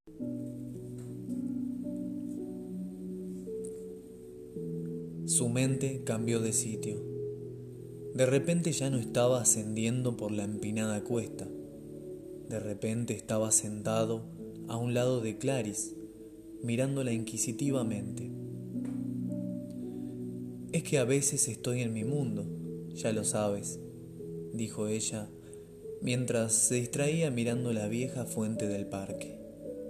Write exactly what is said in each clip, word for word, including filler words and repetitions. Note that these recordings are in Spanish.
Su mente cambió de sitio. De repente ya no estaba ascendiendo por la empinada cuesta. De repente estaba sentado a un lado de Clarice, mirándola inquisitivamente. Es que a veces estoy en mi mundo, ya lo sabes, dijo ella, mientras se distraía mirando la vieja fuente del parque.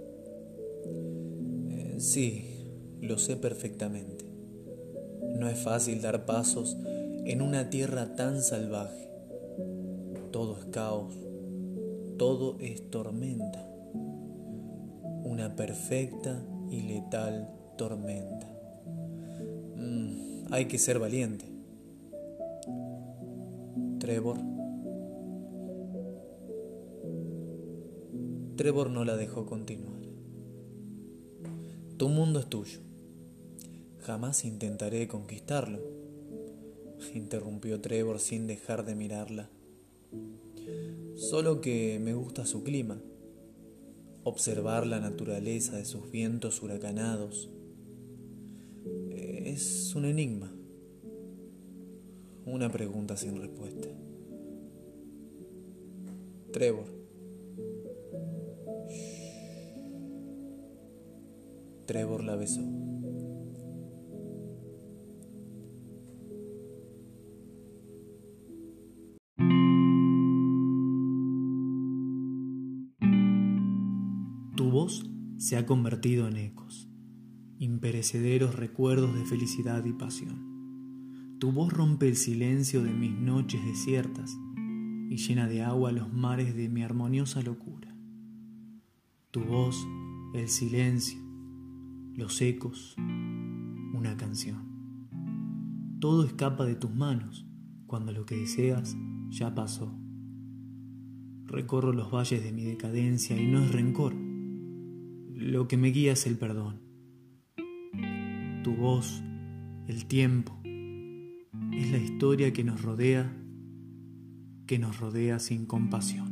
Eh, sí, lo sé perfectamente. No es fácil dar pasos en una tierra tan salvaje. Todo es caos, todo es tormenta. Una perfecta y letal tormenta. Mm, hay que ser valiente. Trevor. Trevor no la dejó continuar. Tu mundo es tuyo. Jamás intentaré conquistarlo, interrumpió Trevor sin dejar de mirarla. Solo que me gusta su clima, observar la naturaleza de sus vientos huracanados. Es un enigma, una pregunta sin respuesta. Trevor. Trevor la besó. Tu voz se ha convertido en ecos, imperecederos recuerdos de felicidad y pasión. Tu voz rompe el silencio de mis noches desiertas y llena de agua los mares de mi armoniosa locura. Tu voz, el silencio, los ecos, una canción. Todo escapa de tus manos cuando lo que deseas ya pasó. Recorro los valles de mi decadencia y no es rencor. Lo que me guía es el perdón. Tu voz, el tiempo, es la historia que nos rodea, que nos rodea sin compasión.